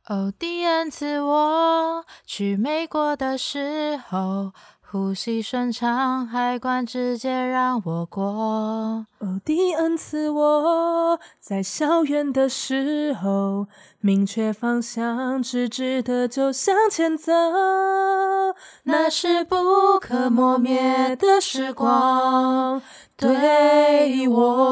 哦，第 N 次我去美国的时候，呼吸顺畅，海关直接让我过。 哦，第 N 次我在校园的时候，明确方向，直直的就向前走， 那是不可磨灭的时光，对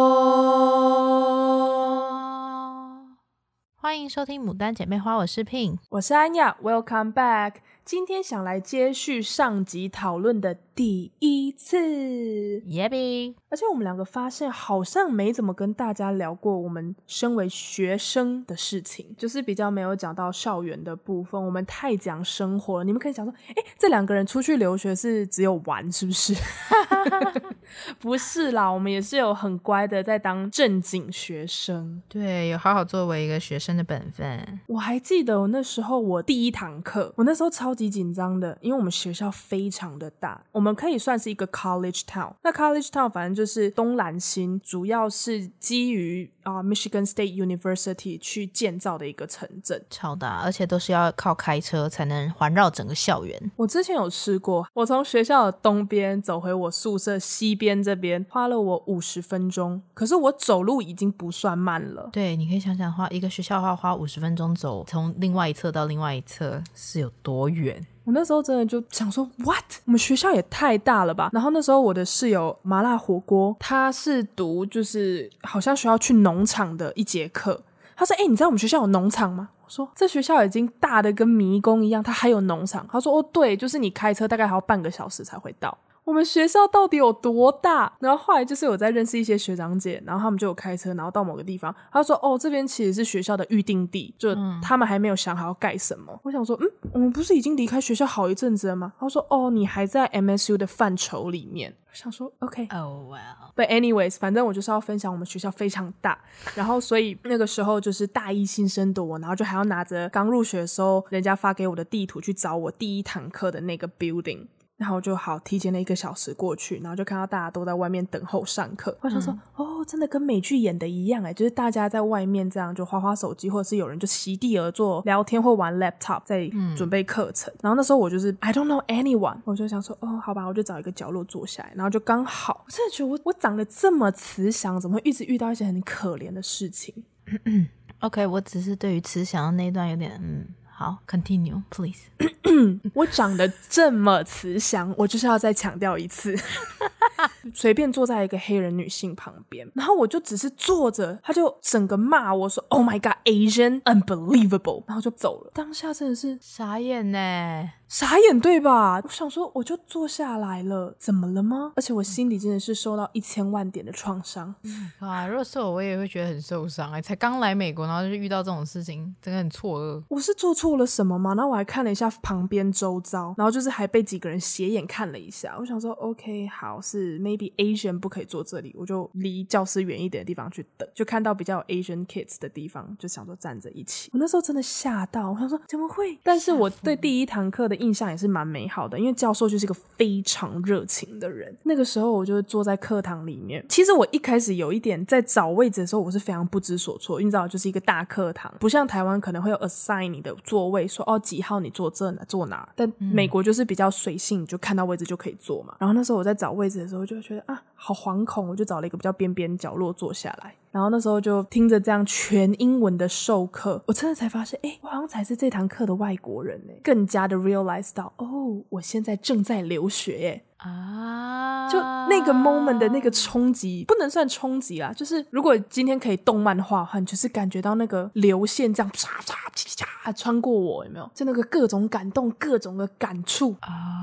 我。欢迎收听《牡丹姐妹花》，我是 Pin， 我是安雅 ，Welcome back。今天想来接续上集讨论的第一次， 耶比。 而且我们两个发现好像没怎么跟大家聊过我们身为学生的事情，就是比较没有讲到校园的部分，我们太讲生活了。你们可以想说，这两个人出去留学是只有玩是不是？不是啦，我们也是有很乖的在当正经学生， 对，有好好作为一个学生的本分。 我还记得我那时候我第一堂课，我那时候超级紧张的，因为我们学校非常的大，我们可以算是一个 college town。那 college town 反正就是东兰新，主要是基于Michigan State University 去建造的一个城镇， 超大，而且都是要靠开车才能环绕整个校园。 我之前有吃过，我从学校的东边走回我宿舍西边这边，花了我50分钟，可是我走路已经不算慢了。 对，你可以想想一个学校的话，花50分钟走从另外一侧到另外一侧是有多远。 我那时候真的就想说 what？ 我们学校也太大了吧。然后那时候我的室友麻辣火锅，他是读就是好像需要去农场的一节课，他说你知道我们学校有农场吗？我说这学校已经大的跟迷宫一样，它还有农场。他说对，就是你开车大概还要半个小时才会到。我们学校到底有多大？然后后来就是有在认识一些学长姐，然后他们就有开车，然后到某个地方，他说这边其实是学校的预定地，就他们还没有想好要盖什么。我想说我们不是已经离开学校好一阵子了吗？他说你还在 MSU 的范畴里面。我想说 OK Oh well But anyways， 反正我就是要分享我们学校非常大，然后所以那个时候就是大一新生的我，然后就还要拿着刚入学的时候人家发给我的地图去找我第一堂课的那个 building，然后就好提前了1个小时过去，然后就看到大家都在外面等候上课。我想说真的跟美剧演的一样就是大家在外面这样就滑滑手机，或者是有人就席地而坐聊天或玩 laptop 在准备课程。然后那时候我就是 I don't know anyone， 我就想说好吧，我就找一个角落坐下来，然后就刚好我真的觉得我长得这么慈祥，怎么会一直遇到一些很可怜的事情 OK， 我只是对于慈祥的那一段有点好 continue please 我长得这么慈祥，我就是要再强调一次随便坐在一个黑人女性旁边，然后我就只是坐着，他就整个骂我说 Oh my god Asian unbelievable， 然后就走了。当下真的是傻眼耶， 傻眼对吧？我想说我就坐下来了，怎么了吗？而且我心里真的是受到1000万点的创伤。 如果是我也会觉得很受伤才刚来美国然后就遇到这种事情，真的很错愕。 我是做错了什么吗？然后我还看了一下旁边周遭，然后就是还被几个人斜眼看了一下。我想说 OK 好，是 maybe Asian 不可以坐这里，我就离教室远一点的地方去等，就看到比较有 Asian kids 的地方，就想说站着一起。我那时候真的吓到，我想说怎么会？但是我对第一堂课的印象也是蛮美好的，因为教授就是一个非常热情的人。那个时候我就坐在课堂里面，其实我一开始有一点在找位置的时候我是非常不知所措，因为你知道就是一个大课堂，不像台湾可能会有 assign 你的座位，说几号你坐这坐哪，但美国就是比较随性，你就看到位置就可以坐嘛。然后那时候我在找位置的时候就觉得好惶恐，我就找了一个比较边边角落坐下来，然后那时候就听着这样全英文的授课，我真的才发现我好像才是这堂课的外国人更加的 realize 到我现在正在留学就那个 moment 的那个冲击，不能算冲击啦，就是如果今天可以动漫化的话，你就是感觉到那个流线这样嚓嚓嚓嚓穿过我，有没有？就那个各种感动，各种的感触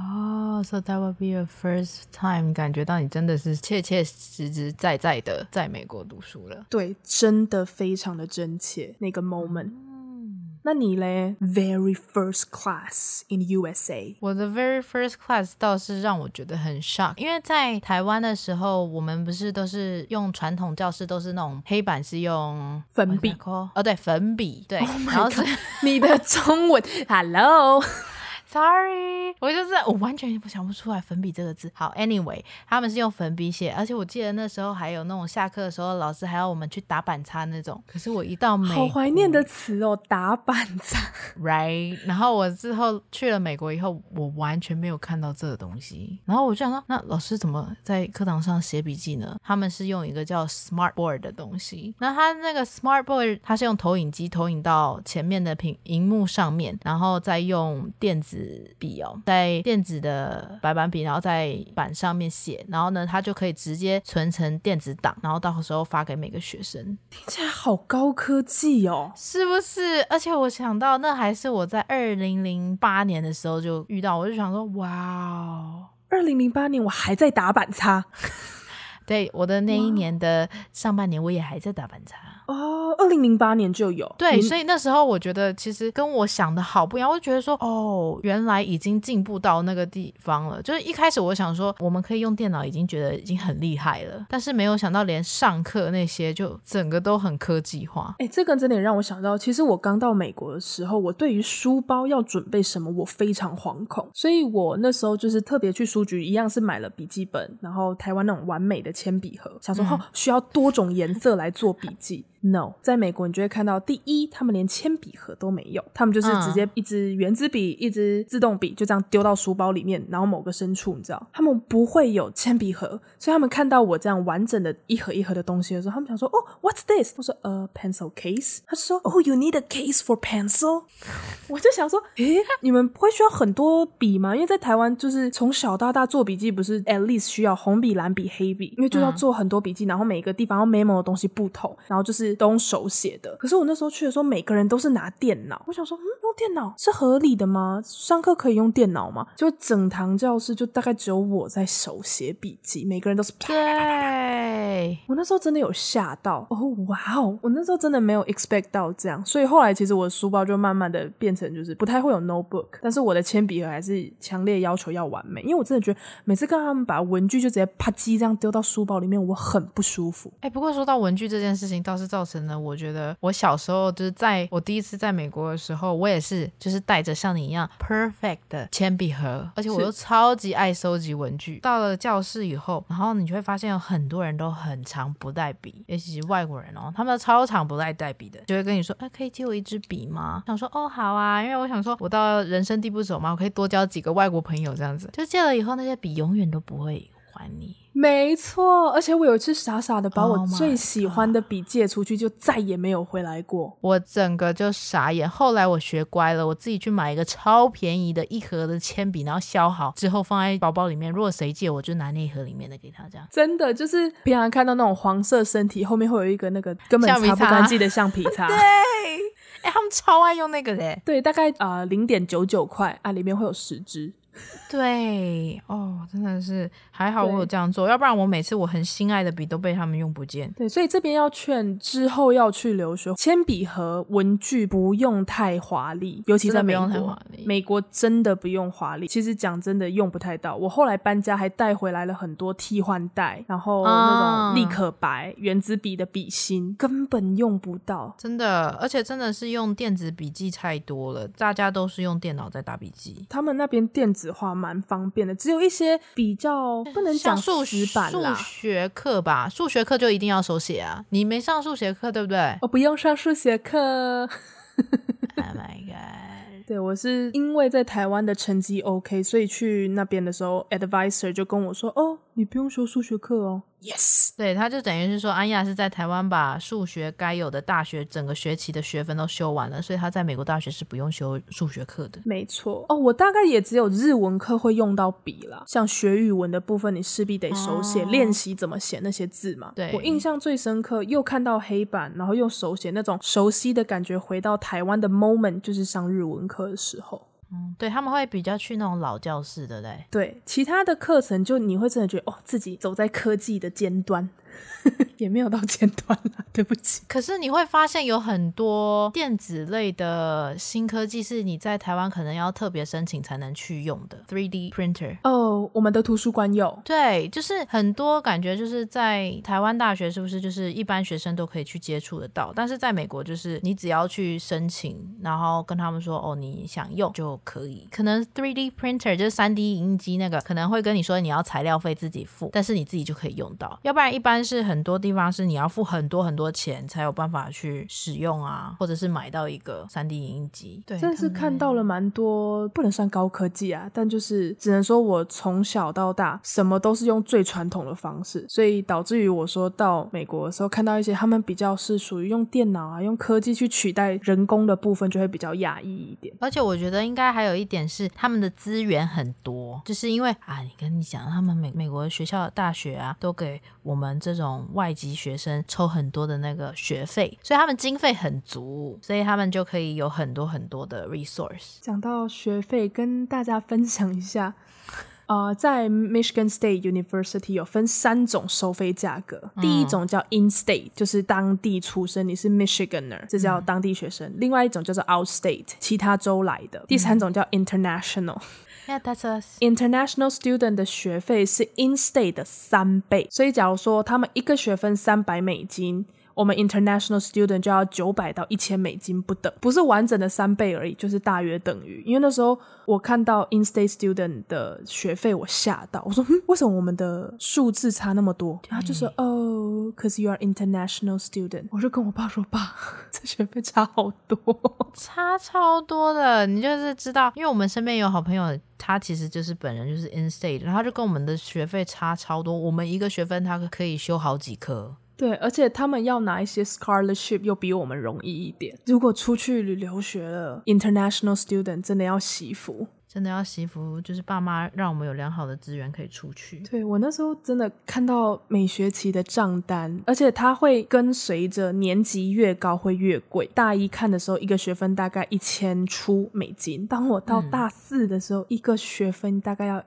So that would be a first time 感觉到你真的是切切实实在在的在美国读书了。 对，真的非常的真切那个 moment。那你嘞 ？Very first class in USA。 我的 very first class 倒是让我觉得很 shock， 因为在台湾的时候，我们不是都是用传统教室，都是那种黑板是用粉笔对，粉笔对，然后是你的中文 Hello Sorry， 我完全想不出来粉笔这个字。好 ，Anyway， 他们是用粉笔写，而且我记得那时候还有那种下课的时候，老师还要我们去打板擦那种。可是我一到美国， 好怀念的词哦，打板擦。 Right， 然后我之后去了美国以后，我完全没有看到这个东西。然后我就想说，那老师怎么在课堂上写笔记呢？他们是用一个叫 Smartboard 的东西。那他那个 Smartboard， 它是用投影机投影到前面的荧幕上面，然后再用电子笔在电子的白板笔，然后在板上面写，然后呢，它就可以直接存成电子档，然后到时候发给每个学生。 听起来好高科技哦， 是不是？而且我想到那还是我在2008年的时候就遇到，我就想说哇哦 ，2008年我还在打板擦。 对，我的那一年的上半年我也还在打板擦哦，2008年就有。 对，所以那时候我觉得其实跟我想的好不一样，我就觉得说原来已经进步到那个地方了。就是一开始我想说我们可以用电脑已经觉得已经很厉害了，但是没有想到连上课那些就整个都很科技化。 这个真的也让我想到，其实我刚到美国的时候，我对于书包要准备什么我非常惶恐，所以我那时候就是特别去书局，一样是买了笔记本，然后台湾那种完美的铅笔盒，想说需要多种颜色来做笔记。No， 在美国你就会看到，第一，他们连铅笔盒都没有，他们就是直接一支原子笔一支自动笔就这样丢到书包里面，然后某个深处你知道他们不会有铅笔盒，所以他们看到我这样完整的一盒一盒的东西的时候，他们想说what's this？ 我说pencil case。他说you need a case for pencil。 我就想说你们不会需要很多笔吗？因为在台湾就是从小到大做笔记不是 at least 需要红笔蓝笔黑笔，因为就要做很多笔记，然后每个地方要 memo 的东西不同，然后就是都用手写的。可是我那时候去的时候每个人都是拿电脑，我想说用电脑是合理的吗？上课可以用电脑吗？就整堂教室就大概只有我在手写笔记，每个人都是对， 我那时候真的有吓到我那时候真的没有 expect 到这样，所以后来其实我的书包就慢慢的变成就是不太会有 notebook， 但是我的铅笔盒还是强烈要求要完美，因为我真的觉得每次看他们把文具就直接啪叽这样丢到书包里面，我很不舒服。 不过说到文具这件事情倒是造成了我觉得我小时候就是在我第一次在美国的时候，我也是就是带着像你一样 perfect 的铅笔盒，而且我又超级爱收集文具。到了教室以后，然后你就会发现有很多人都很常不带笔，尤其是外国人他们都超常不带笔的，就会跟你说可以借我一支笔吗？想说好啊，因为我想说我到人生地不熟嘛，我可以多交几个外国朋友这样子。就借了以后那些笔永远都不会还你。 没错，而且我有一次傻傻的把我最喜欢的笔借出去，就再也没有回来过。 我整个就傻眼。后来我学乖了，我自己去买一个超便宜的一盒的铅笔，然后削好之后放在包包里面，如果谁借我就拿那一盒里面的给他，这样。 真的就是平常看到那种黄色身体后面会有一个那个根本擦不干净的橡皮擦。 对，他们超爱用那个的。 对，大概0.99块啊，里面会有10支。 对真的是还好我有这样做，要不然我每次我很心爱的笔都被他们用不见。 对，所以这边要劝之后要去留学，铅笔盒文具不用太华丽，尤其在美国，美国真的不用华丽。其实讲真的用不太到，我后来搬家还带回来了很多替换袋，然后那种立可白原子笔的笔芯根本用不到， 真的。而且真的是用电子笔记太多了，大家都是用电脑在打笔记。 他们那边电子化蛮方便的，只有一些比较不能讲死板啦， 数学课吧，数学课就一定要手写啊，你没上数学课对不对？ 我不用上数学课 Oh my god。 对，我是因为在台湾的成绩 OK， 所以去那边的时候 advisor 就跟我说你不用修数学课哦。Yes， 对，他就等于是说安雅是在台湾把数学该有的大学整个学期的学分都修完了，所以他在美国大学是不用修数学课的。 没错我大概也只有日文课会用到笔啦，像学语文的部分你势必得手写练习怎么写那些字嘛。 对， 我印象最深刻又看到黑板然后用手写那种熟悉的感觉，回到台湾的 moment 就是上日文课的时候。 对，他们会比较去那种老教室的嘞。 对，其他的课程就你会真的觉得自己走在科技的尖端。 也没有到前端啦，对不起。 可是你会发现有很多电子类的新科技是你在台湾可能要特别申请才能去用的 3D printer。 我们的图书馆有。 对，就是很多感觉就是在台湾大学是不是就是一般学生都可以去接触得到，但是在美国就是你只要去申请，然后跟他们说你想用就可以。可能 3D printer 就是 3D 影印机那个可能会跟你说你要材料费自己付，但是你自己就可以用到。要不然一般是很多地方是你要付很多很多钱才有办法去使用啊，或者是买到一个 3D 影印机。对， 真的是看到了蛮多，不能算高科技啊，但就是只能说我从小到大什么都是用最传统的方式，所以导致于我说到美国的时候看到一些他们比较是属于用电脑啊用科技去取代人工的部分，就会比较压抑一点。 而且我觉得应该还有一点是他们的资源很多，就是因为你讲他们美国的学校的大学啊都给我们这种外籍学生抽很多的那个学费，所以他们经费很足，所以他们就可以有很多很多的 resource。 讲到学费跟大家分享一下，在 Michigan State University 有分3种收费价格。第一种叫 in-state， 就是当地出生，你是 Michiganer， 这叫当地学生。另外一种叫做 out-state， 其他州来的。第3种叫 international。Yeah, that's us. International student 的学费是 in-state 的3倍，所以假如说他们一个学分$300，我们 international student 就要$900到$1000不等，不是完整的3倍而已，就是大约等于。因为那时候我看到 in-state student 的学费我吓到，我说为什么我们的数字差那么多？然后就说cause you are international student。 我就跟我爸说，爸，这学费差好多， 差超多的。你就是知道，因为我们身边有好朋友他其实就是本人就是 in-state， 然后他就跟我们的学费差超多，我们一个学分他可以修好几科。 对，而且他们要拿一些 scholarship 又比我们容易一点。如果出去留学了 international student 真的要惜福， 真的要惜福，就是爸妈让我们有良好的资源可以出去。 对，我那时候真的看到每学期的账单，而且它会跟随着年级越高会越贵。大一看的时候一个学分大概$1000出，当我到大4的时候一个学分大概要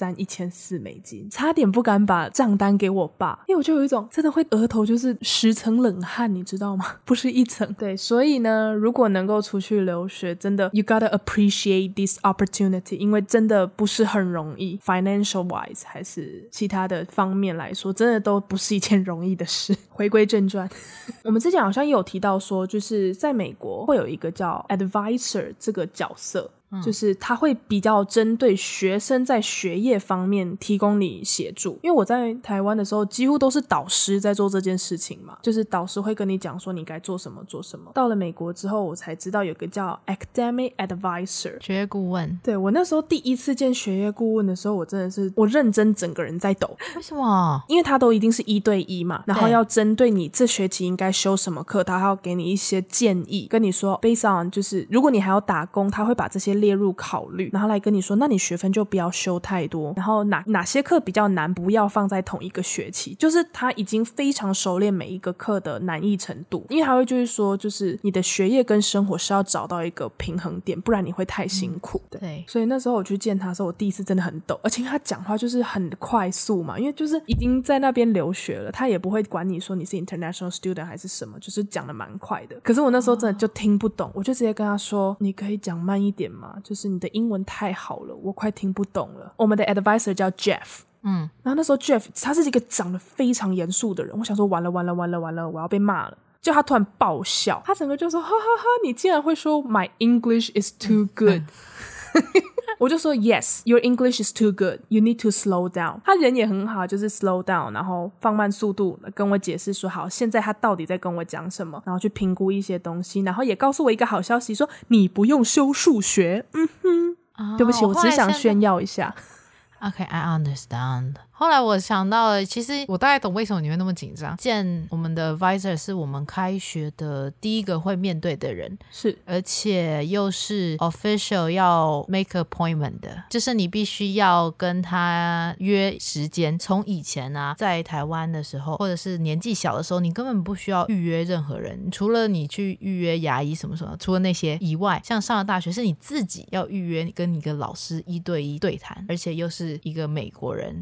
$1300、$1400，差点不敢把账单给我爸，因为我就有一种真的会额头就是10层冷汗，你知道吗？不是1层。对，所以呢如果能够出去留学，真的 you gotta appreciate this opportunity，因为真的不是很容易， financial wise 还是其他的方面来说真的都不是一件容易的事。回归正传我们之前好像也有提到说，就是在美国会有一个叫 advisor 这个角色，就是他会比较针对学生在学业方面提供你协助。因为我在台湾的时候几乎都是导师在做这件事情嘛，就是导师会跟你讲说你该做什么做什么。到了美国之后我才知道有个叫 academic advisor， 学业顾问。 对，我那时候第一次见学业顾问的时候，我真的是我认真整个人在抖。 为什么？因为他都一定是1对1嘛，然后要针对你这学期应该修什么课，他还要给你一些建议，跟你说 based on 就是如果你还要打工，他会把这些列入考虑，然后来跟你说那你学分就不要修太多，然后哪些课比较难不要放在同一个学期，就是他已经非常熟练每一个课的难易程度。因为他会就是说就是你的学业跟生活是要找到一个平衡点，不然你会太辛苦。 对， 所以那时候我去见他的时候，我第一次真的很抖，而且他讲话就是很快速嘛，因为就是已经在那边留学了，他也不会管你说你是 international student 还是什么，就是讲的蛮快的。可是我那时候真的就听不懂，我就直接跟他说你可以讲慢一点吗？就是你的英文太好了，我快听不懂了。我们的 advisor 叫 Jeff， 然后那时候 Jeff 他是一个长得非常严肃的人，我想说完了，我要被骂了。就他突然爆笑，他整个就说哈哈哈，你竟然会说 My English is too good 我就说 Yes, your English is too good, you need to slow down。 他人也很好，就是 slow down， 然后放慢速度跟我解释说好现在他到底在跟我讲什么，然后去评估一些东西，然后也告诉我一个好消息说你不用修数学。对不起，我只想炫耀一下。 Okay, I understand。 后来我想到了，其实我大概懂为什么你会那么紧张。见我们的 advisor 是我们开学的第一个会面对的人， 是， 而且又是 official 要 make appointment 的，就是你必须要跟他约时间。从以前啊，在台湾的时候，或者是年纪小的时候，你根本不需要预约任何人，除了你去预约牙医什么什么，除了那些以外，像上了大学是你自己要预约跟你的老师1对1对谈，而且又是一个美国人，你完全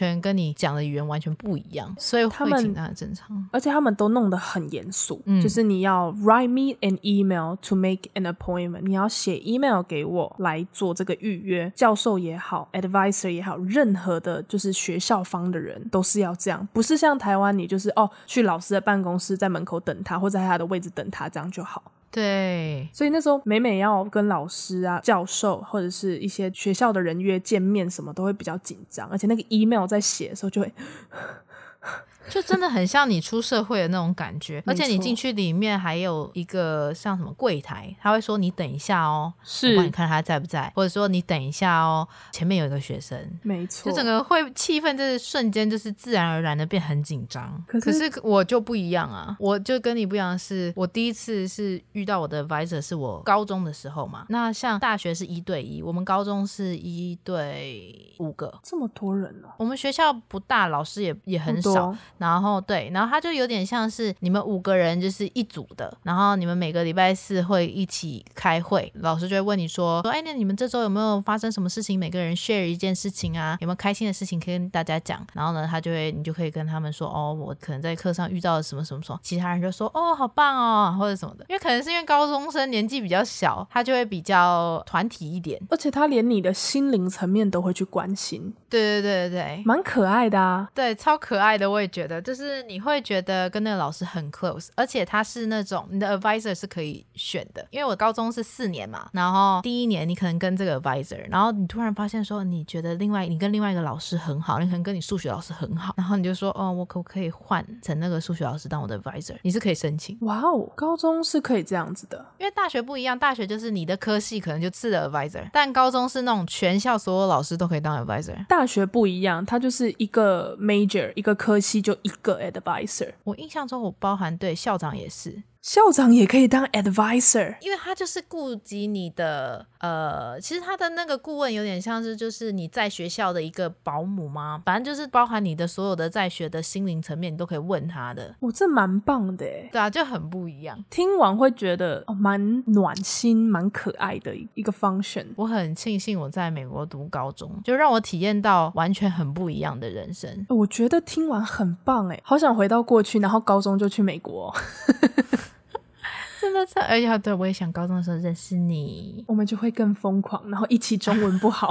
全跟你讲的语言完全不一样，所以会紧张很正常。 而且他们都弄得很严肃，就是你要 write me an email to make an appointment， 你要写 email 给我来做这个预约，教授也好 advisor 也好，任何的就是学校方的人都是要这样，不是像台湾你就是去老师的办公室在门口等他，或者在他的位置等他，这样就好。 对， 所以那时候每每要跟老师啊、教授或者是一些学校的人约见面什么都会比较紧张，而且那个 email 在写的时候就会就真的很像你出社会的那种感觉。而且你进去里面还有一个像什么柜台，他会说你等一下哦， 是我帮你看他在不在，或者说你等一下哦，前面有一个学生。 没错， 就整个会气氛就是瞬间就是自然而然的变很紧张。可是我就不一样啊，我就跟你不一样的是，我第一次是遇到我的 advisor 是我高中的时候嘛，那像大学是1对1，我们高中是1对5个， 这么多人哦。 我们学校不大，老师也很少，然后对，然后他就有点像是你们5个人就是一组的，然后你们每个礼拜4会一起开会，老师就会问你说哎，那你们这周有没有发生什么事情，每个人 share 一件事情啊，有没有开心的事情可以跟大家讲，然后呢你就可以跟他们说我可能在课上遇到了什么什么什么，其他人就说好棒哦或者什么的，因为可能是因为高中生年纪比较小，他就会比较团体一点， 而且他连你的心灵层面都会去关心。 对对对对对， 蛮可爱的啊。 对，超可爱的。我也觉得就是你会觉得跟那个老师很 close， 而且他是那种你的 advisor 是可以选的，因为我高中是4年嘛，然后第1年你可能跟这个 advisor， 然后你突然发现说你觉得你跟另外一个老师很好，你可能跟你数学老师很好，然后你就说我可不可以换成那个数学老师当我的 advisor， 你是可以申请。 哇哦，高中是可以这样子的。 因为大学不一样，大学就是你的科系可能就是的 advisor， 但高中是那种全校所有老师都可以当 advisor。 大学不一样，它就是一个 major 一个科系就一个 advisor。 我印象中我包含对校长也是， 校长也可以当 advisor， 因为他就是顾及你的其实他的那个顾问有点像是就是你在学校的一个保姆吗，反正就是包含你的所有的在学的心灵层面你都可以问他的。 这蛮棒的耶。 对啊，就很不一样， 听完会觉得蛮暖心蛮可爱的一个 function。 我很庆幸我在美国读高中，就让我体验到完全很不一样的人生。 我觉得听完很棒耶，好想回到过去，然后高中就去美国真的是，而且对，我也想高中的时候认识你， 我们就会更疯狂，然后一起中文不好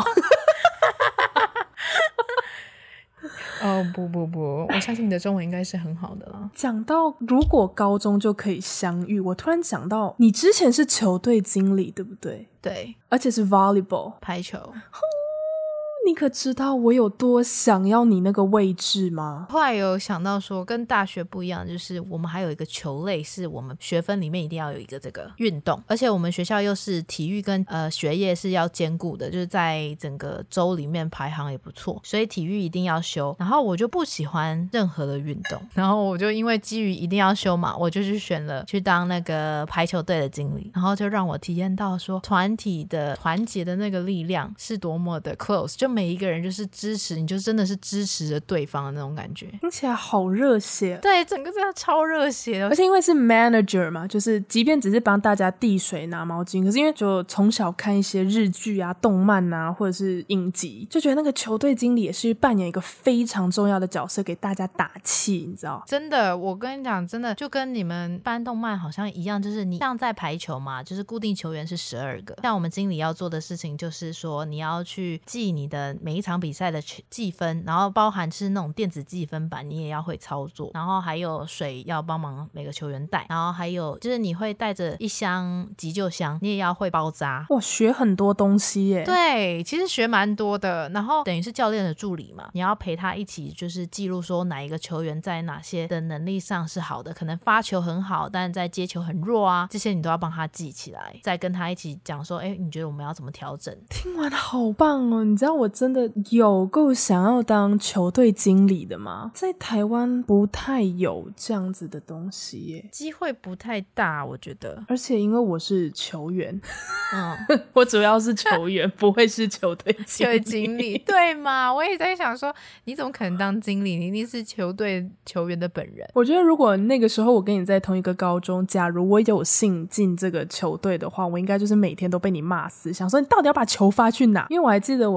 不，我相信你的中文应该是很好的啦。 讲到如果高中就可以相遇，我突然想到你之前是球队经理对不对？ 对， 而且是 volleyball 排球。 你可知道我有多想要你那个位置吗？ 后来有想到说跟大学不一样，就是我们还有一个球类是我们学分里面一定要有一个这个运动，而且我们学校又是体育跟学业是要兼顾的，就是在整个州里面排行也不错，所以体育一定要修。然后我就不喜欢任何的运动，然后我就因为基于一定要修嘛，我就去选了去当那个排球队的经理，然后就让我体验到说团体的团结的那个力量是多么的 close， 就每一个人就是支持你，就真的是支持着对方的那种感觉， 听起来好热血。 对，整个真的超热血的。 而且因为是 manager 嘛，就是即便只是帮大家递水拿毛巾，可是因为就从小看一些日剧啊动漫啊或者是影集，就觉得那个球队经理也是扮演一个非常重要的角色，给大家打气，你知道。 真的，我跟你讲，真的就跟你们搬动漫好像一样，就是你像在排球嘛，就是固定球员是12个，像我们经理要做的事情就是说你要去记你的每一场比赛的计分，然后包含是那种电子计分板你也要会操作，然后还有水要帮忙每个球员带，然后还有就是你会带着一箱急救箱，你也要会包扎。 哇，学很多东西耶。 对，其实学蛮多的，然后等于是教练的助理嘛，你要陪他一起就是记录说哪一个球员在哪些的能力上是好的，可能发球很好但在接球很弱啊，这些你都要帮他记起来，再跟他一起讲说你觉得我们要怎么调整。 听完好棒哦，你知道我真的有够想要当球队经理的吗？在台湾不太有这样子的东西耶， 机会不太大我觉得。 而且因为我是球员我主要是球员不会是球队经理对嘛，我也在想说你怎么可能当经理，你一定是球队球员的本人。 我觉得如果那个时候我跟你在同一个高中，假如我有幸进这个球队的话，我应该就是每天都被你骂死，想说你到底要把球发去哪。因为我还记得我高中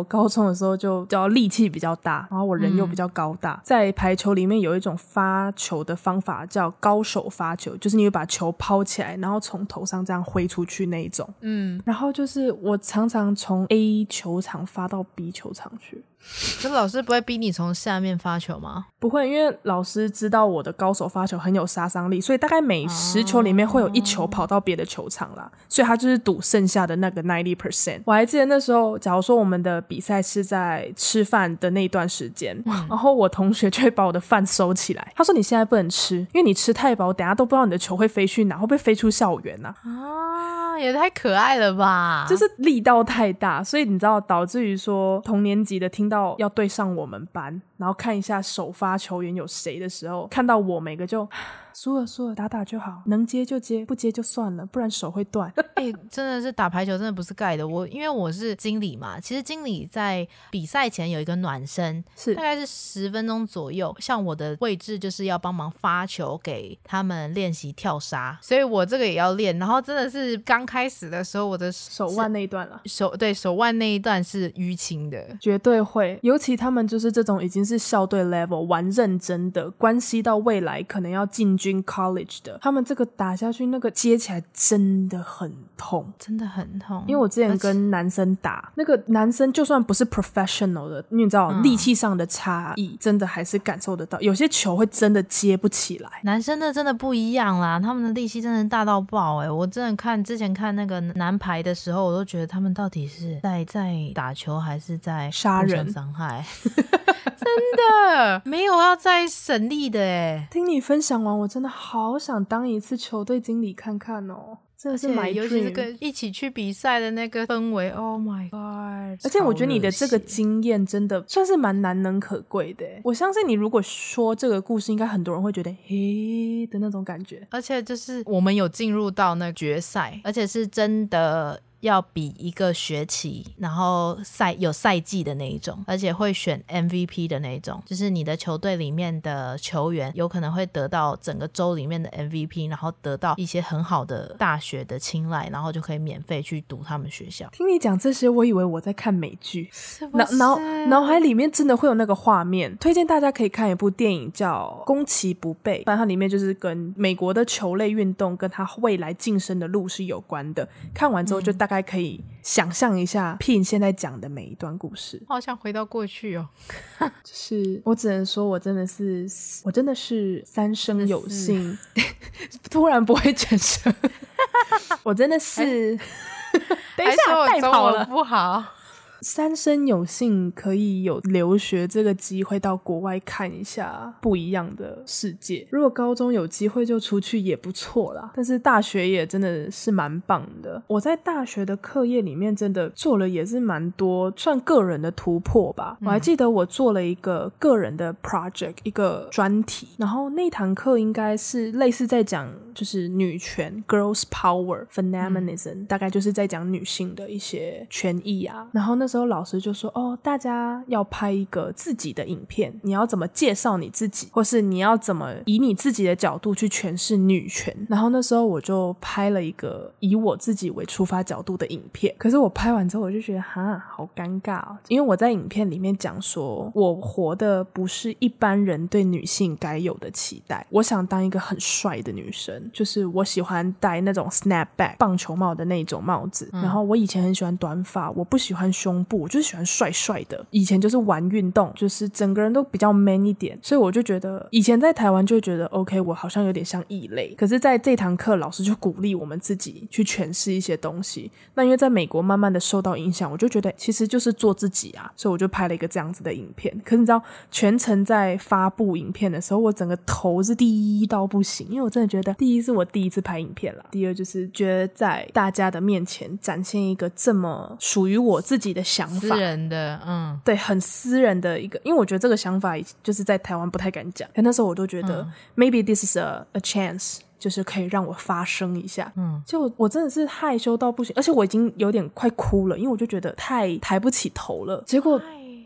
的时候就叫力气比较大，然后我人又比较高大。在排球里面有一种发球的方法叫高手发球，就是你会把球抛起来，然后从头上这样挥出去那一种。然后就是我常常从 A 球场发到 B 球场去。 可老师不会逼你从下面发球吗？ 不会，因为老师知道我的高手发球很有杀伤力，所以大概每10球里面会有1球跑到别的球场啦，所以他就是赌剩下的那个 90%。 我还记得那时候假如说我们的比赛是在吃饭的那一段时间，然后我同学就会把我的饭收起来，他说你现在不能吃，因为你吃太饱等下都不知道你的球会飞去哪，会不会飞出校园啊， 也太可爱了吧， 就是力道太大，所以你知道导致于说同年级的听到要对上我们班，然后看一下首发球员有谁的时候，看到我每个就输了打打就好，能接就接，不接就算了，不然手会断。 真的是打排球真的不是盖的。因为我是经理嘛，其实经理在比赛前有一个暖身，大概是10分钟左右，像我的位置就是要帮忙发球给他们练习跳杀，所以我这个也要练。然后真的是刚开始的时候我的手腕那一段了， 手腕那一段是淤青的， 绝对会，尤其他们就是这种已经是校队 level 玩认真的，关系到未来可能要进军 college 的，他们这个打下去那个接起来真的很痛， 真的很痛。 因为我之前跟男生打，那个男生就算不是 professional 的，你知道力气上的差异真的还是感受得到，有些球会真的接不起来。 男生的真的不一样啦，他们的力气真的大到爆我真的之前看那个男排的时候，我都觉得他们到底是在打球还是在杀人伤害真的没有要再省力的听你分享完，我真的好想当一次球队经理看看哦，真的是 my dream， 尤其是跟一起去比赛的那个氛围 ，Oh my god！ 而且我觉得你的这个经验真的算是蛮难能可贵的。我相信你如果说这个故事，应该很多人会觉得嘿的那种感觉。 而且就是我们有进入到那决赛，而且是真的要比一个学期，然后有赛季的那一种，而且会选 MVP 的那一种，就是你的球队里面的球员有可能会得到整个州里面的 MVP， 然后得到一些很好的大学的青睐，然后就可以免费去读他们学校。 听你讲这些，我以为我在看美剧， 是不是？ 脑海里面真的会有那个画面。推荐大家可以看一部电影叫《攻其不备》，但它里面就是跟美国的球类运动跟它未来晋升的路是有关的。看完之后就大概可以想象一下 Pin 现在讲的每一段故事。 好想回到过去哦。 就是我只能说我真的是三生有幸突然不会卷舌我真的是等一下带跑了不好， 三生有幸可以有留学这个机会到国外看一下不一样的世界，如果高中有机会就出去也不错啦，但是大学也真的是蛮棒的。我在大学的课业里面真的做了也是蛮多算个人的突破吧。我还记得我做了一个个人的 project， 一个专题，然后那堂课应该是类似在讲就是女权 girls power feminism，大概就是在讲女性的一些权益啊。然后那时候老师就说大家要拍一个自己的影片，你要怎么介绍你自己，或是你要怎么以你自己的角度去诠释女权。然后那时候我就拍了一个以我自己为出发角度的影片，可是我拍完之后我就觉得好尴尬因为我在影片里面讲说我活的不是一般人对女性该有的期待，我想当一个很帅的女生，就是我喜欢戴那种 snapback 棒球帽的那种帽子，然后我以前很喜欢短发，我不喜欢胸部，我就是喜欢帅帅的，以前就是玩运动，就是整个人都比较 man 一点，所以我就觉得以前在台湾就觉得 OK 我好像有点像异类，可是在这堂课老师就鼓励我们自己去诠释一些东西。那因为在美国慢慢的受到影响，我就觉得其实就是做自己啊，所以我就拍了一个这样子的影片。可是你知道全程在发布影片的时候，我整个头是低到不行，因为我真的觉得第一是我第一次拍影片啦，第二就是觉得在大家的面前展现一个这么属于我自己的想法， 私人的对，很私人的一个，因为我觉得这个想法就是在台湾不太敢讲，可那时候我都觉得maybe this is a chance，就是可以让我发声一下。就我真的是害羞到不行，而且我已经有点快哭了，因为我就觉得太抬不起头了。结果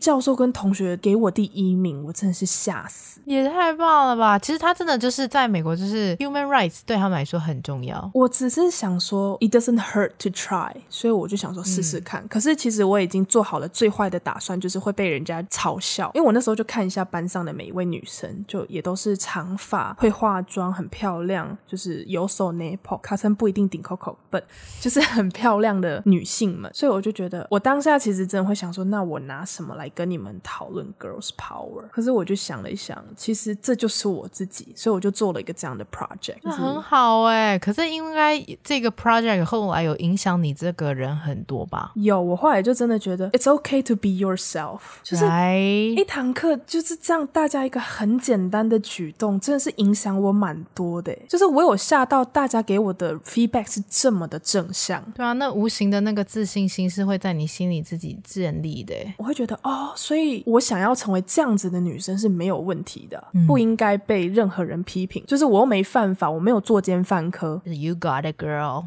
教授跟同学给我第1名，我真的是吓死， 也太棒了吧。其实他真的就是在美国就是 human rights 对他们来说很重要。 我只是想说 it doesn't hurt to try， 所以我就想说试试看，可是其实我已经做好了最坏的打算，就是会被人家嘲笑。因为我那时候就看一下班上的每一位女生，就也都是长发，会化妆，很漂亮，就是有手 nipple 卡称不一定顶 Coco but 就是很漂亮的女性们，所以我就觉得我当下其实真的会想说，那我拿什么来跟你们讨论 girls power？ 可是我就想了一想，其实这就是我自己，所以我就做了一个这样的 project。 那很好耶，可是应该这个 project 后来有影响你这个人很多吧？ 有，我后来就真的觉得 it's okay to be yourself， 就是一堂课就是这样，大家一个很简单的举动真的是影响我蛮多的耶，就是我有吓到大家给我的 feedback 是这么的正向。 对啊，那无形的那个自信心是会在你心里自己建立的耶。 我会觉得所以我想要成为这样子的女生是没有问题的，不应该被任何人批评，就是我又没犯法，我没有作奸犯科。 You got it girl。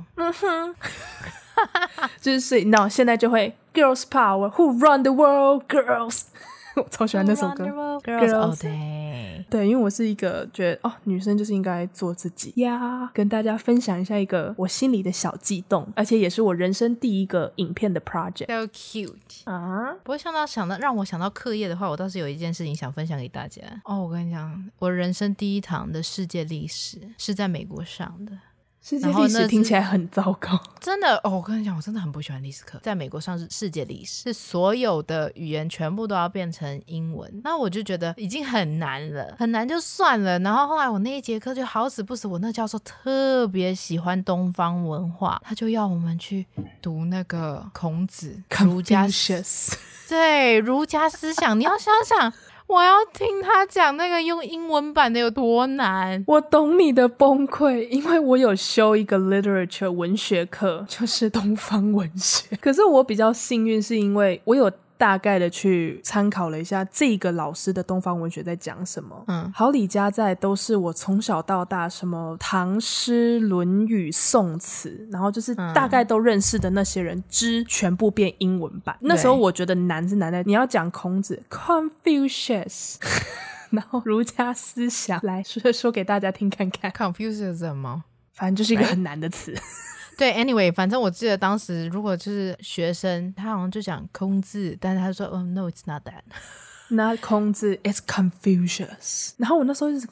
就是那现在就会 girls power who run the world girls 我超喜欢那首歌 Girls all day。 对，因为我是一个觉得女生就是应该做自己呀。跟大家分享一下一个我心里的小悸动，而且也是我人生第一个影片的 project。 So cute 啊！ 不过让我想到课业的话，我倒是有一件事情想分享给大家。我跟你讲，我人生第一堂的世界历史是在美国上的。 世界历史听起来很糟糕， 真的我跟你讲，我真的很不喜欢历史课。在美国上是世界历史，是所有的语言全部都要变成英文，那我就觉得已经很难了，很难就算了。然后后来我那一节课就好死不死，我那教授特别喜欢东方文化，他就要我们去读那个孔子儒家对儒家思想。你要想想我要听他讲那个用英文版的有多难。 我懂你的崩溃，因为我有修一个 literature 文学课，就是东方文学。可是我比较幸运是因为我有大概的去参考了一下这个老师的东方文学在讲什么。好李家在都是我从小到大什么唐诗论语宋词，然后就是大概都认识的那些人全部变英文版。那时候我觉得难是难在你要讲孔子 Confucius 然后儒家思想来说给大家听看看。 Confucius 吗？ 反正就是一个很难的词对 anyway 反正我记得当时如果就是学生他好像就讲孔子，但是他说no it's not that Not 孔子 it's Confucius。 然后我那时候就是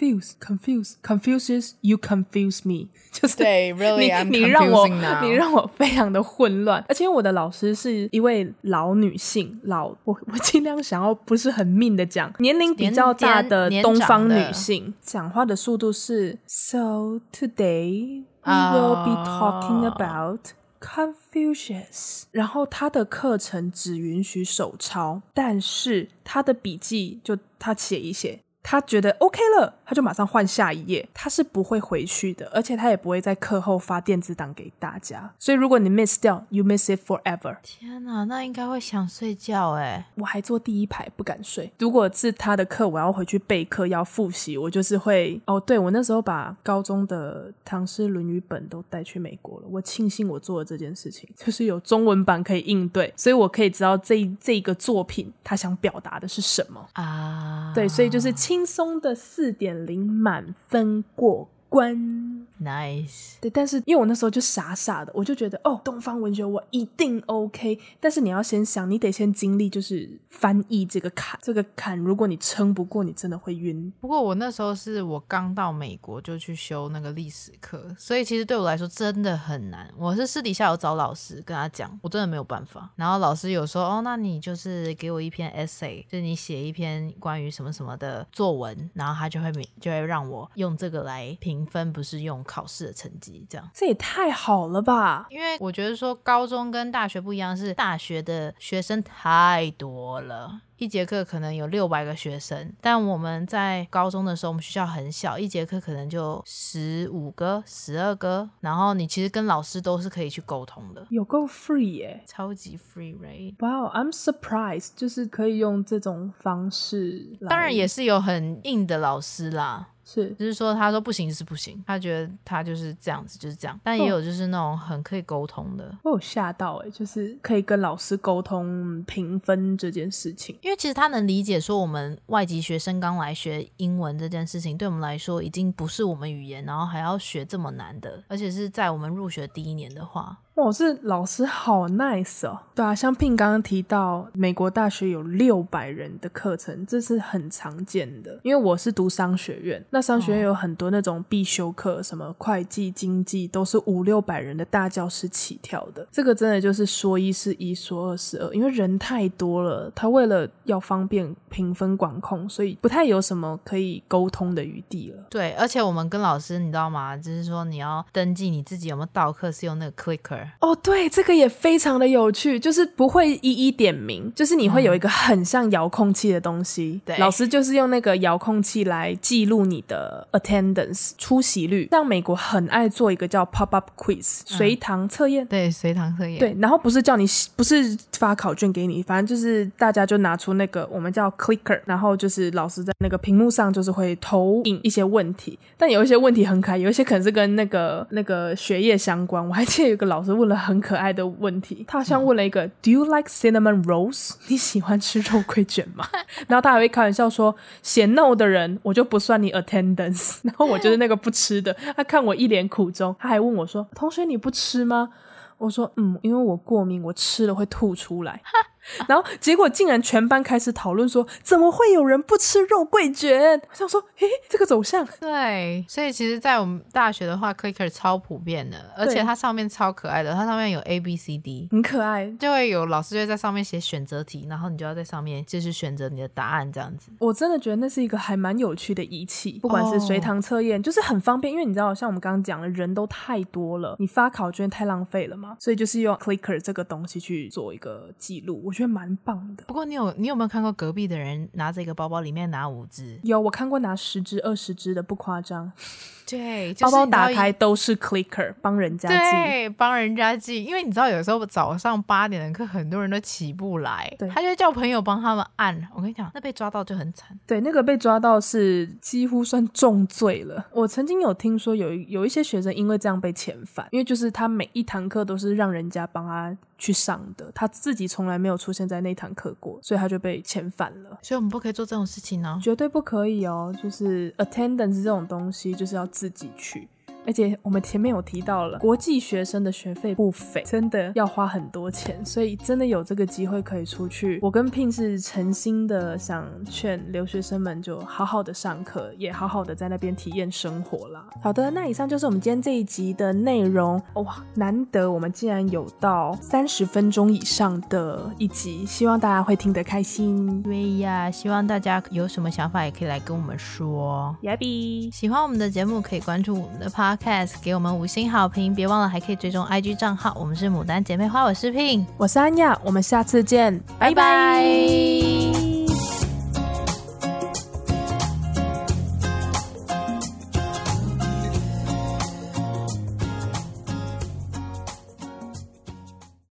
Confucius you confuse me， 就是对 really I'm 你 confusing now。 你让我非常的混乱。而且我的老师是一位老女性，我尽量想要不是很命的讲，年龄比较大的东方女性，讲话的速度是 So today we will be talking about Confucius。 然后他的课程只允许手抄，但是他的笔记就他写一写，他觉得 OK 了，他就马上换下一页，他是不会回去的，而且他也不会在课后发电子档给大家，所以如果你 miss 掉 you miss it forever。 天哪，那应该会想睡觉耶。 我还坐第一排不敢睡，如果是他的课我要回去备课要复习，我就是会对，我那时候把高中的唐诗论语本都带去美国了，我庆幸我做了这件事情，就是有中文版可以应对，所以我可以知道这个作品他想表达的是什么啊。对，所以就是轻松的 4.0 满分过关。 Nice。 对，但是因为我那时候就傻傻的，我就觉得东方文学我一定 OK， 但是你要先想，你得先经历就是翻译这个坎如果你撑不过你真的会晕。 不过我那时候是我刚到美国就去修那个历史课，所以其实对我来说真的很难。我是私底下有找老师跟他讲，我真的没有办法，然后老师有说那你就是给我一篇 essay， 就是你写一篇关于什么什么的作文，然后他就会让我用这个来评分，不是用考试的成绩这样。 这也太好了吧。 因为我觉得说高中跟大学不一样，是大学的学生太多了，一节课可能有600个学生，但我们在高中的时候我们学校很小，一节课可能就15个12个，然后你其实跟老师都是可以去沟通的， 有够 free 耶， 超级 free right。 Wow I'm surprised， 就是可以用这种方式来。 当然也是有很硬的老师啦， 是就是说他说不行是不行，他觉得他就是这样子就是这样，但也有就是那种很可以沟通的。 我有吓到就是可以跟老师沟通评分这件事情， 因为其实他能理解说我们外籍学生刚来学英文这件事情对我们来说已经不是我们语言，然后还要学这么难的，而且是在我们入学第1年的话。 哇，是老师好 nice 哦。对啊，像 Pin 刚刚提到美国大学有600人的课程，这是很常见的。因为我是读商学院，那商学院有很多那种必修课，什么会计经济都是500-600人的大教室起跳的，这个真的就是说一是一，说二是二，因为人太多了，他为了要方便评分管控，所以不太有什么可以沟通的余地了。 对，而且我们跟老师你知道吗，就是说你要登记你自己有没有到课是用那个 clicker。 哦，对，这个也非常的有趣，就是不会一一点名，就是你会有一个很像遥控器的东西， 对， 老师就是用那个遥控器来记录你的 attendance 出席率。像美国很爱做一个叫 pop-up quiz 随堂测验， 对，随堂测验， 对，然后不是发考卷给你，反正就是大家就拿出那个我们叫 clicker， 然后就是老师在那个屏幕上就是会投影一些问题，但有一些问题很可爱，有一些可能是跟那个学业相关。我还记得有个老师问了很可爱的问题，他好像问了一个Do you like cinnamon rolls？ 你喜欢吃肉桂卷吗？然后他还会开玩笑说写 no 的人我就不算你 attendance， 然后我就是那个不吃的，他看我一脸苦衷，他还问我说同学你不吃吗？我说因为我过敏，我吃了会吐出来。然后结果竟然全班开始讨论说怎么会有人不吃肉桂卷，我想说这个走向。 对，所以其实在我们大学的话 clicker 超普遍的，而且它上面超可爱的，它上面有 ABCD 很可爱， 就会有老师就会在上面写选择题，然后你就要在上面就是选择你的答案这样子。 我真的觉得那是一个还蛮有趣的仪器，不管是随堂测验就是很方便，因为你知道像我们刚刚讲的人都太多了，你发考卷太浪费了嘛，所以就是用 clicker 这个东西去做一个记录，我觉得蛮棒的。 不过你有没有看过隔壁的人拿着一个包包里面拿5支？ 有，我看过拿10支20支的，不夸张。 对，就是、 包包打开都是 clicker 帮人家记， 对，帮人家记。因为你知道有时候早上8点的课很多人都起不来，他就叫朋友帮他们按。我跟你讲，那被抓到就很惨。 对，那个被抓到是几乎算重罪了。我曾经有听说有一些学生因为这样被遣返，因为就是他每一堂课都是让人家帮他去上的，他自己从来没有出现在那堂课过，所以他就被遣返了。 所以我们不可以做这种事情呢？ 绝对不可以哦，就是 attendance 这种东西就是要自己去。而且我们前面有提到了国际学生的学费不菲，真的要花很多钱，所以真的有这个机会可以出去，我跟 Pin 是诚心的想劝留学生们就好好的上课，也好好的在那边体验生活啦。好的，那以上就是我们今天这一集的内容。哇，难得我们竟然有到30分钟以上的一集，希望大家会听得开心。 对呀，希望大家有什么想法也可以来跟我们说。喜欢我们的节目可以关注我们的 Podcast， 给我们5星好评，别忘了还可以追踪 IG 账号，我们是牡丹姐妹花，我是 Pin， 我是安雅，我们下次见，拜拜。